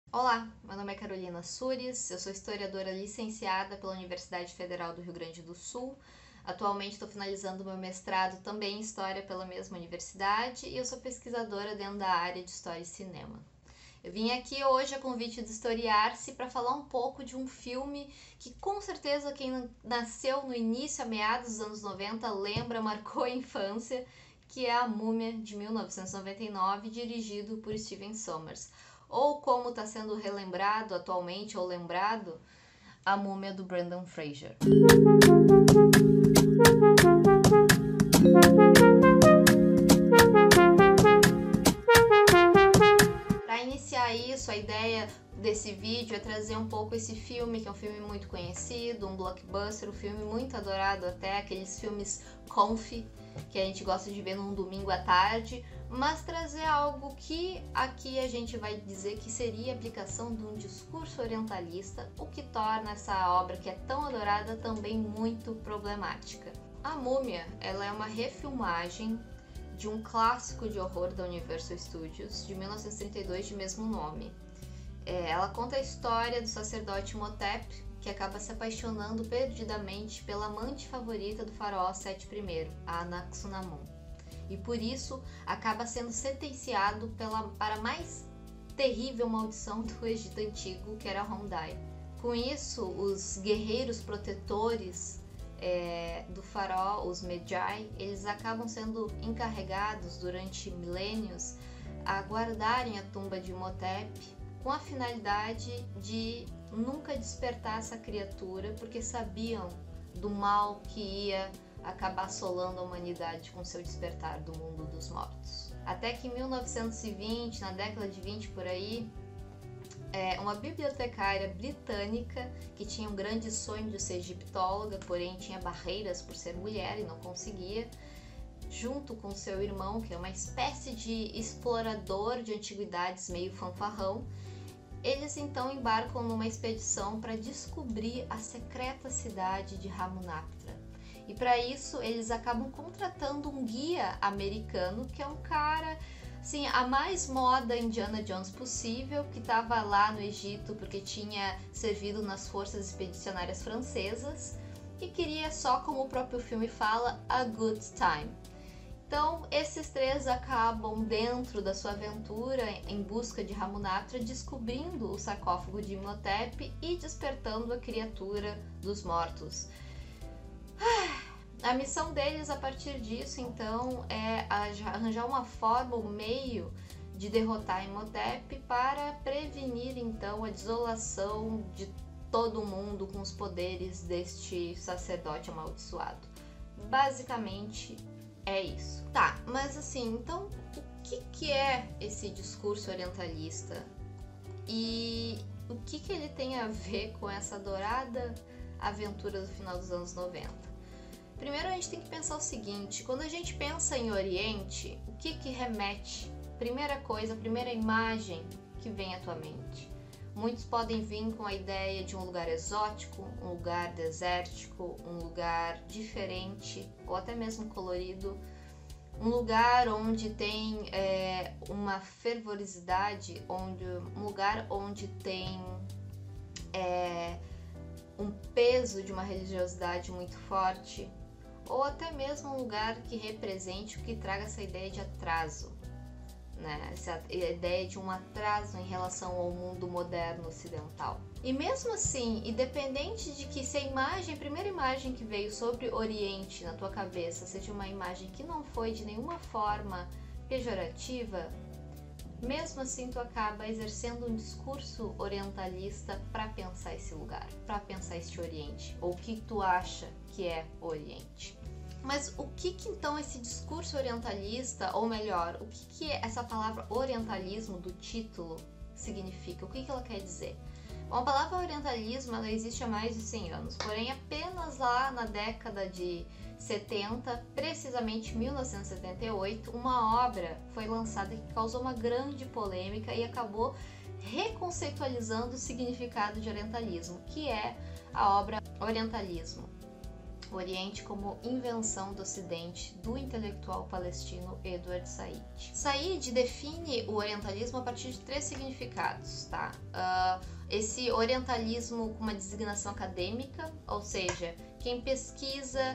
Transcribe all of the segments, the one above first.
Olá, meu nome é Carolina Sures, eu sou historiadora licenciada pela Universidade Federal do Rio Grande do Sul. Atualmente estou finalizando meu mestrado também em História pela mesma universidade e eu sou pesquisadora dentro da área de História e Cinema. Eu vim aqui hoje a convite do Historiar-se para falar um pouco de um filme que com certeza quem nasceu no início, a meados dos anos 90, lembra, marcou a infância, que é A Múmia, de 1999, dirigido por Steven Sommers. Ou como está sendo relembrado atualmente, ou lembrado, A Múmia do Brendan Fraser. Para iniciar isso, a ideia desse vídeo é trazer um pouco esse filme, que é um filme muito conhecido, um blockbuster, um filme muito adorado até, aqueles filmes comfy, que a gente gosta de ver num domingo à tarde, mas trazer algo que aqui a gente vai dizer que seria a aplicação de um discurso orientalista, o que torna essa obra que é tão adorada também muito problemática. A Múmia, ela é uma refilmagem de um clássico de horror da Universal Studios, de 1932, de mesmo nome. Ela conta a história do sacerdote Imhotep, que acaba se apaixonando perdidamente pela amante favorita do faraó Sete I, a Anaxunamun. E por isso acaba sendo sentenciado para a mais terrível maldição do Egito Antigo, que era Hondai. Com isso, os guerreiros protetores do faraó, os Medjai, eles acabam sendo encarregados durante milênios a guardarem a tumba de Imhotep com a finalidade de nunca despertar essa criatura, porque sabiam do mal que ia acabar assolando a humanidade com seu despertar do mundo dos mortos. Até que em 1920, na década de 20 por aí, uma bibliotecária britânica que tinha um grande sonho de ser egiptóloga, porém tinha barreiras por ser mulher e não conseguia, junto com seu irmão, que é uma espécie de explorador de antiguidades meio fanfarrão, eles então embarcam numa expedição para descobrir a secreta cidade de Ramunaptra. E para isso eles acabam contratando um guia americano, que é um cara, assim, a mais moda Indiana Jones possível, que estava lá no Egito porque tinha servido nas forças expedicionárias francesas e queria só, como o próprio filme fala, a good time. Então, esses três acabam dentro da sua aventura em busca de Ramunaptra, descobrindo o sarcófago de Imhotep e despertando a criatura dos mortos. A missão deles a partir disso, então, é arranjar uma forma, um meio de derrotar Imhotep para prevenir, então, a desolação de todo mundo com os poderes deste sacerdote amaldiçoado. Basicamente, é isso. Tá, mas assim, então o que é esse discurso orientalista? E o que ele tem a ver com essa adorada aventura do final dos anos 90? Primeiro a gente tem que pensar o seguinte, quando a gente pensa em Oriente, o que remete? Primeira coisa, a primeira imagem que vem à tua mente. Muitos podem vir com a ideia de um lugar exótico, um lugar desértico, um lugar diferente ou até mesmo colorido, um lugar onde tem uma fervorosidade, um lugar onde tem um peso de uma religiosidade muito forte, ou até mesmo um lugar que represente o que traga essa ideia de atraso. Essa ideia de um atraso em relação ao mundo moderno ocidental. E mesmo assim, independente de que se a primeira imagem que veio sobre Oriente na tua cabeça seja uma imagem que não foi de nenhuma forma pejorativa, mesmo assim tu acaba exercendo um discurso orientalista para pensar esse lugar, para pensar este Oriente, ou o que tu acha que é Oriente. Mas o que então esse discurso orientalista, ou melhor, o que essa palavra orientalismo do título significa? O que ela quer dizer? Bom, a palavra orientalismo ela existe há mais de 100 anos, porém apenas lá na década de 70, precisamente 1978, uma obra foi lançada que causou uma grande polêmica e acabou reconceitualizando o significado de orientalismo, que é a obra Orientalismo. O Oriente como invenção do Ocidente, do intelectual palestino Edward Said. Said define o orientalismo a partir de 3 significados, tá? Esse orientalismo com uma designação acadêmica, ou seja, quem pesquisa,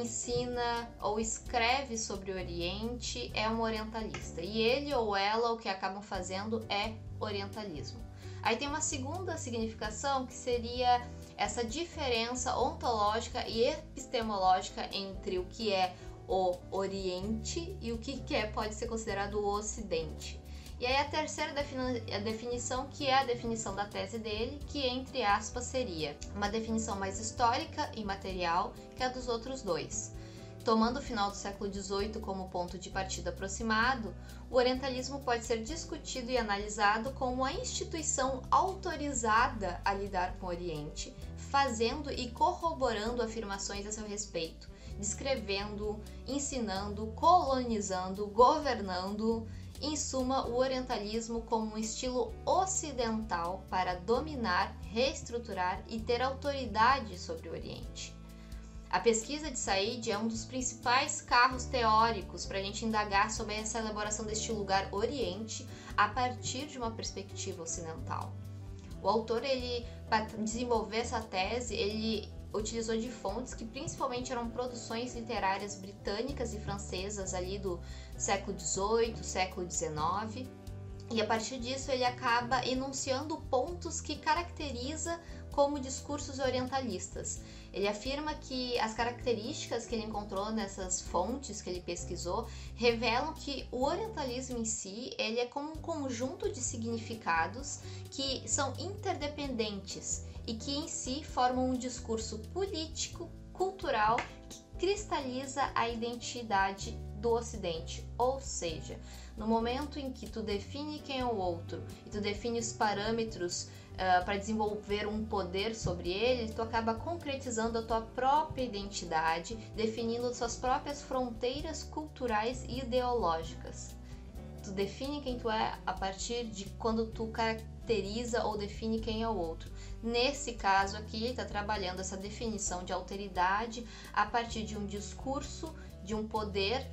ensina ou escreve sobre o Oriente é um orientalista. E ele ou ela o que acabam fazendo é orientalismo. Aí tem uma segunda significação que seria essa diferença ontológica e epistemológica entre o que é o Oriente e o que pode ser considerado o Ocidente. E aí a terceira definição, que é a definição da tese dele, que entre aspas seria uma definição mais histórica e material que a dos outros dois. Tomando o final do século XVIII como ponto de partida aproximado, o orientalismo pode ser discutido e analisado como a instituição autorizada a lidar com o Oriente, fazendo e corroborando afirmações a seu respeito, descrevendo, ensinando, colonizando, governando. Em suma, o orientalismo como um estilo ocidental para dominar, reestruturar e ter autoridade sobre o Oriente. A pesquisa de Said é um dos principais carros teóricos para a gente indagar sobre essa elaboração deste lugar Oriente a partir de uma perspectiva ocidental. O autor, para desenvolver essa tese, ele utilizou de fontes que principalmente eram produções literárias britânicas e francesas ali do século XVIII, século XIX, e a partir disso ele acaba enunciando pontos que caracteriza como discursos orientalistas. Ele afirma que as características que ele encontrou nessas fontes que ele pesquisou revelam que o orientalismo em si ele é como um conjunto de significados que são interdependentes e que em si formam um discurso político, cultural, que cristaliza a identidade do Ocidente. Ou seja, no momento em que tu define quem é o outro e tu define os parâmetros para desenvolver um poder sobre ele, tu acaba concretizando a tua própria identidade, definindo suas próprias fronteiras culturais e ideológicas. Tu define quem tu é a partir de quando tu caracteriza ou define quem é o outro. Nesse caso aqui, ele está trabalhando essa definição de alteridade a partir de um discurso, de um poder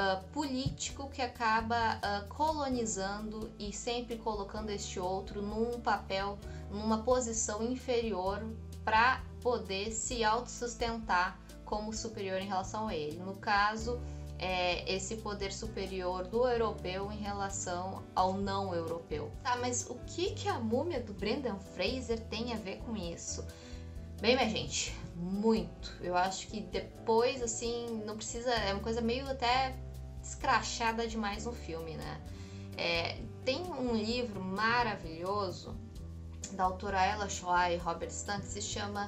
político que acaba colonizando e sempre colocando este outro num papel, numa posição inferior para poder se autossustentar como superior em relação a ele. No caso, esse poder superior do europeu em relação ao não europeu. Tá, mas o que a múmia do Brendan Fraser tem a ver com isso? Bem, minha gente, muito. Eu acho que depois, assim, não precisa... É uma coisa meio até escrachada demais no filme, né? Tem um livro maravilhoso da autora Ella Shoah e Robert Stan que se chama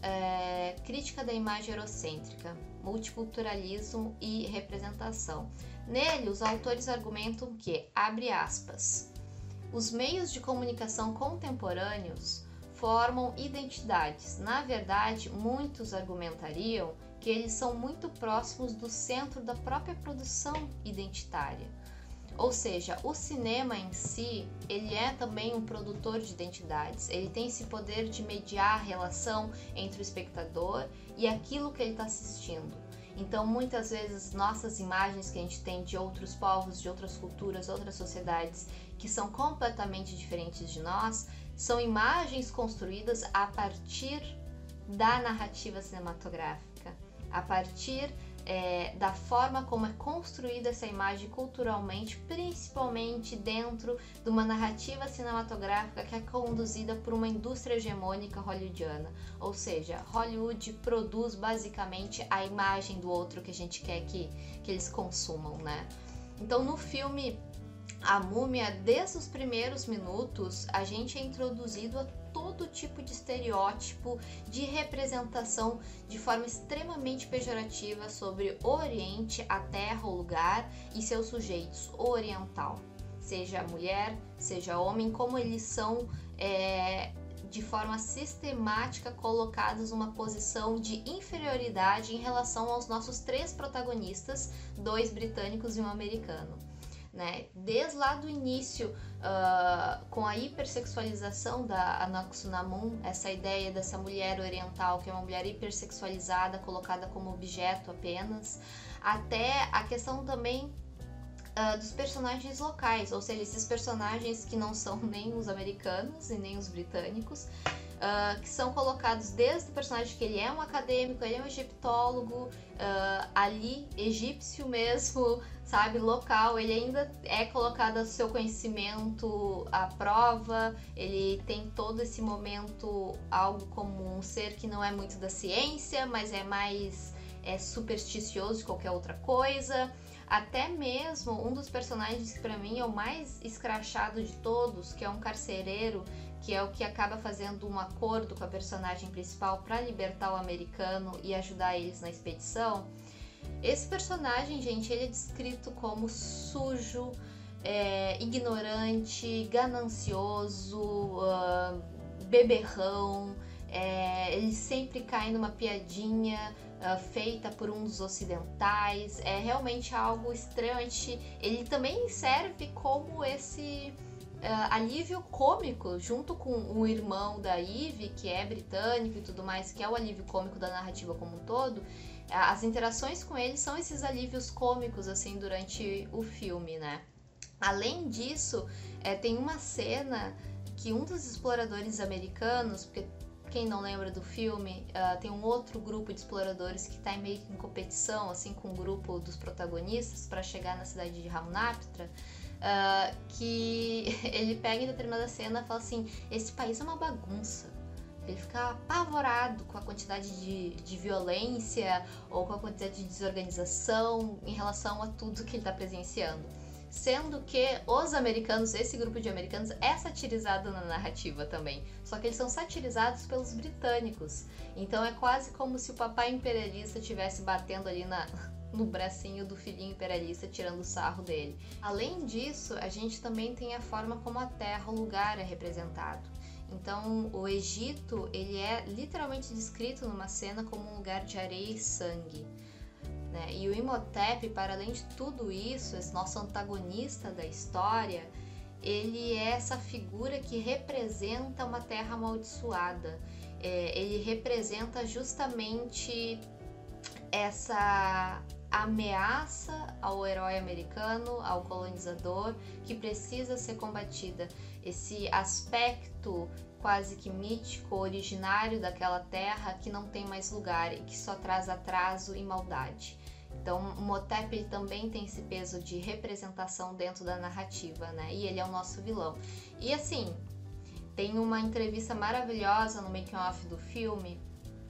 Crítica da Imagem Eurocêntrica, Multiculturalismo e Representação. Nele, os autores argumentam que, abre aspas, os meios de comunicação contemporâneos formam identidades. Na verdade, muitos argumentariam que eles são muito próximos do centro da própria produção identitária. Ou seja, o cinema em si, ele é também um produtor de identidades. Ele tem esse poder de mediar a relação entre o espectador e aquilo que ele está assistindo. Então, muitas vezes, nossas imagens que a gente tem de outros povos, de outras culturas, outras sociedades, que são completamente diferentes de nós, são imagens construídas a partir da narrativa cinematográfica, a partir da forma como é construída essa imagem culturalmente, principalmente dentro de uma narrativa cinematográfica que é conduzida por uma indústria hegemônica hollywoodiana. Ou seja, Hollywood produz basicamente a imagem do outro que a gente quer que eles consumam, né? Então, no filme A Múmia, desde os primeiros minutos, a gente é introduzido a todo tipo de estereótipo, de representação de forma extremamente pejorativa sobre o Oriente, a terra, o lugar e seus sujeitos, o oriental. Seja mulher, seja homem, como eles são de forma sistemática colocados numa posição de inferioridade em relação aos nossos 3 protagonistas, 2 britânicos e um americano. né? Desde lá do início, com a hipersexualização da Anck-su-namun, essa ideia dessa mulher oriental, que é uma mulher hipersexualizada, colocada como objeto apenas, até a questão também dos personagens locais, ou seja, esses personagens que não são nem os americanos e nem os britânicos, que são colocados desde o personagem que ele é um acadêmico, ele é um egiptólogo, ali, egípcio mesmo, sabe, local, ele ainda é colocado o seu conhecimento à prova, ele tem todo esse momento algo como um ser que não é muito da ciência, mas é mais supersticioso de qualquer outra coisa. Até mesmo um dos personagens que pra mim é o mais escrachado de todos, que é um carcereiro, que é o que acaba fazendo um acordo com a personagem principal para libertar o americano e ajudar eles na expedição. Esse personagem, gente, ele é descrito como sujo, ignorante, ganancioso, beberrão, ele sempre cai numa piadinha feita por um dos ocidentais. É realmente algo extremamente... Ele também serve como esse alívio cômico, junto com o irmão da Eve, que é britânico e tudo mais, que é o alívio cômico da narrativa como um todo. As interações com ele são esses alívios cômicos, assim, durante o filme, né? Além disso, tem uma cena que um dos exploradores americanos, porque quem não lembra do filme, tem um outro grupo de exploradores que está meio que em competição, assim, com o grupo dos protagonistas para chegar na cidade de Ramunaptra, que ele pega em determinada cena e fala assim: esse país é uma bagunça. Ele fica apavorado com a quantidade de violência ou com a quantidade de desorganização em relação a tudo que ele está presenciando. Sendo que os americanos, esse grupo de americanos é satirizado na narrativa também, só que eles são satirizados pelos britânicos. Então é quase como se o papai imperialista estivesse batendo ali no bracinho do filhinho imperialista, tirando o sarro dele. Além disso, a gente também tem a forma como a terra, o lugar é representado. Então o Egito, ele é literalmente descrito numa cena como um lugar de areia e sangue. E o Imhotep, para além de tudo isso, esse nosso antagonista da história, ele é essa figura que representa uma terra amaldiçoada. Ele representa justamente essa ameaça ao herói americano, ao colonizador, que precisa ser combatida. Esse aspecto quase que mítico, originário daquela terra que não tem mais lugar e que só traz atraso e maldade. Então, o Imhotep também tem esse peso de representação dentro da narrativa, né? E ele é o nosso vilão. E assim, tem uma entrevista maravilhosa no making of do filme,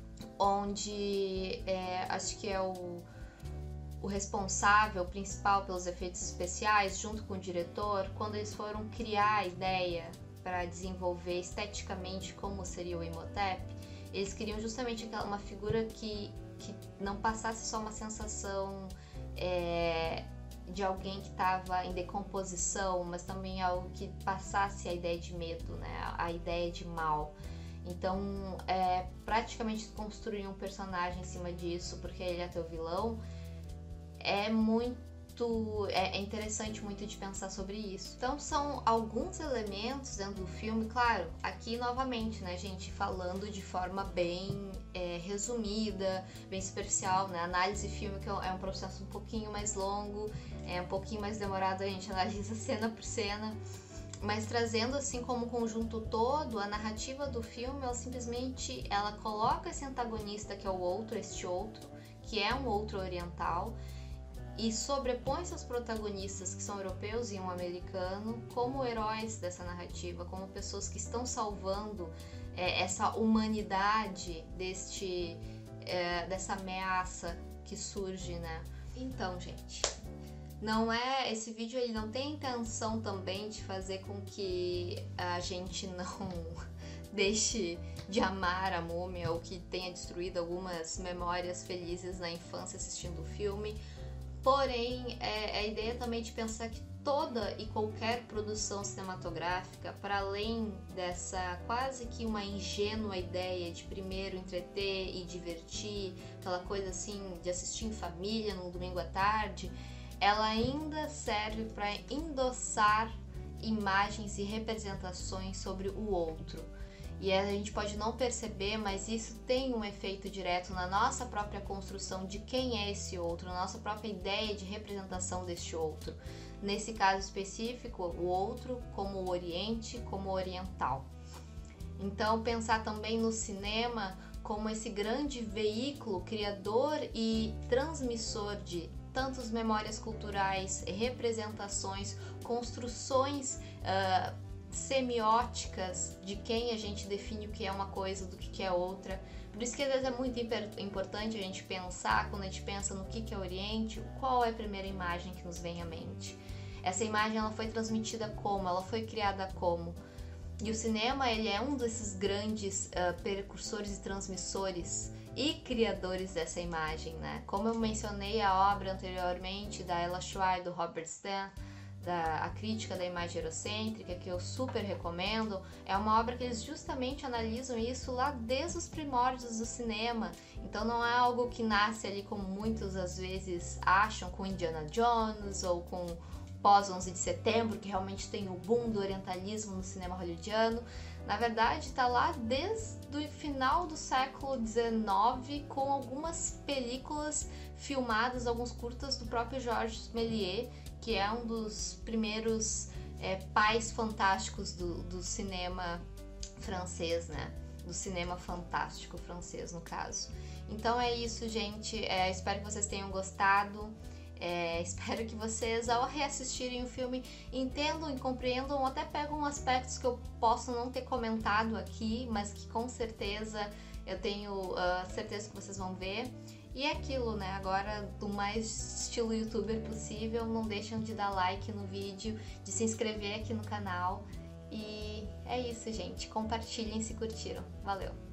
onde acho que é o responsável principal pelos efeitos especiais, junto com o diretor, quando eles foram criar a ideia para desenvolver esteticamente como seria o Imhotep, eles queriam justamente uma figura que não passasse só uma sensação de alguém que estava em decomposição, mas também algo que passasse a ideia de medo, né? A ideia de mal. Então, praticamente construir um personagem em cima disso, porque ele é teu vilão, é interessante muito de pensar sobre isso. Então são alguns elementos dentro do filme, claro, aqui novamente, né, gente, falando de forma bem resumida, bem superficial, né, análise filme que é um processo um pouquinho mais longo, é um pouquinho mais demorado, a gente analisa cena por cena, mas trazendo assim como um conjunto todo, a narrativa do filme, ela coloca esse antagonista que é este outro, que é um outro oriental, e sobrepõe seus protagonistas, que são europeus e um americano, como heróis dessa narrativa, como pessoas que estão salvando essa humanidade dessa ameaça que surge, né? Então, gente, esse vídeo ele não tem intenção também de fazer com que a gente não deixe de amar a múmia ou que tenha destruído algumas memórias felizes na infância assistindo o filme. Porém, a ideia também de pensar que toda e qualquer produção cinematográfica, para além dessa quase que uma ingênua ideia de primeiro entreter e divertir, aquela coisa assim de assistir em família num domingo à tarde, ela ainda serve para endossar imagens e representações sobre o outro. E a gente pode não perceber, mas isso tem um efeito direto na nossa própria construção de quem é esse outro, na nossa própria ideia de representação deste outro. Nesse caso específico, o outro como o Oriente, como o oriental. Então, pensar também no cinema como esse grande veículo criador e transmissor de tantas memórias culturais, representações, construções semióticas de quem a gente define o que é uma coisa do que é outra. Por isso que às vezes é muito importante a gente pensar, quando a gente pensa no que é Oriente, qual é a primeira imagem que nos vem à mente. Essa imagem ela foi transmitida como? Ela foi criada como? E o cinema ele é um desses grandes precursores e transmissores e criadores dessa imagem, né? Como eu mencionei a obra anteriormente da Ella Choi e do Robert Stan, A Crítica da Imagem Eurocêntrica, que eu super recomendo, é uma obra que eles justamente analisam isso lá desde os primórdios do cinema. Então não é algo que nasce ali como muitos às vezes acham com Indiana Jones ou com pós 11 de setembro, que realmente tem o boom do orientalismo no cinema hollywoodiano. Na verdade, está lá desde o final do século XIX, com algumas películas filmadas, alguns curtas do próprio Georges Méliès, que é um dos primeiros pais fantásticos do cinema francês, né? Do cinema fantástico francês, no caso. Então é isso, gente. Espero que vocês tenham gostado. Espero que vocês, ao reassistirem o filme, entendam e compreendam, ou até pegam aspectos que eu posso não ter comentado aqui, mas que com certeza eu tenho certeza que vocês vão ver. E é aquilo, né? Agora, do mais estilo youtuber possível, não deixem de dar like no vídeo, de se inscrever aqui no canal. E é isso, gente. Compartilhem se curtiram. Valeu!